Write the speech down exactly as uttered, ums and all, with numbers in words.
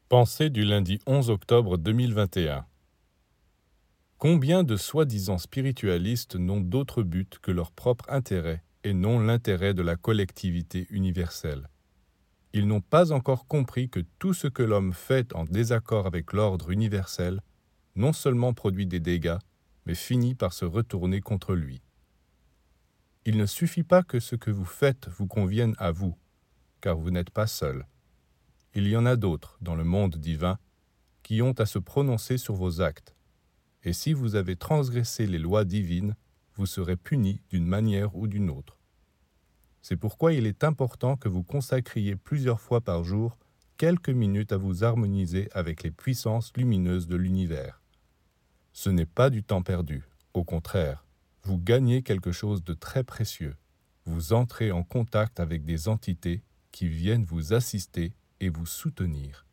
Pensée du lundi onze octobre deux mille vingt et un. Combien de soi-disant spiritualistes n'ont d'autre but que leur propre intérêt et non l'intérêt de la collectivité universelle? Ils n'ont pas encore compris que tout ce que l'homme fait en désaccord avec l'ordre universel non seulement produit des dégâts, mais finit par se retourner contre lui. Il ne suffit pas que ce que vous faites vous convienne à vous, car vous n'êtes pas seul. Il y en a d'autres dans le monde divin qui ont à se prononcer sur vos actes. Et si vous avez transgressé les lois divines, vous serez puni d'une manière ou d'une autre. C'est pourquoi il est important que vous consacriez plusieurs fois par jour quelques minutes à vous harmoniser avec les puissances lumineuses de l'univers. Ce n'est pas du temps perdu, au contraire, vous gagnez quelque chose de très précieux. Vous entrez en contact avec des entités qui viennent vous assister et vous soutenir.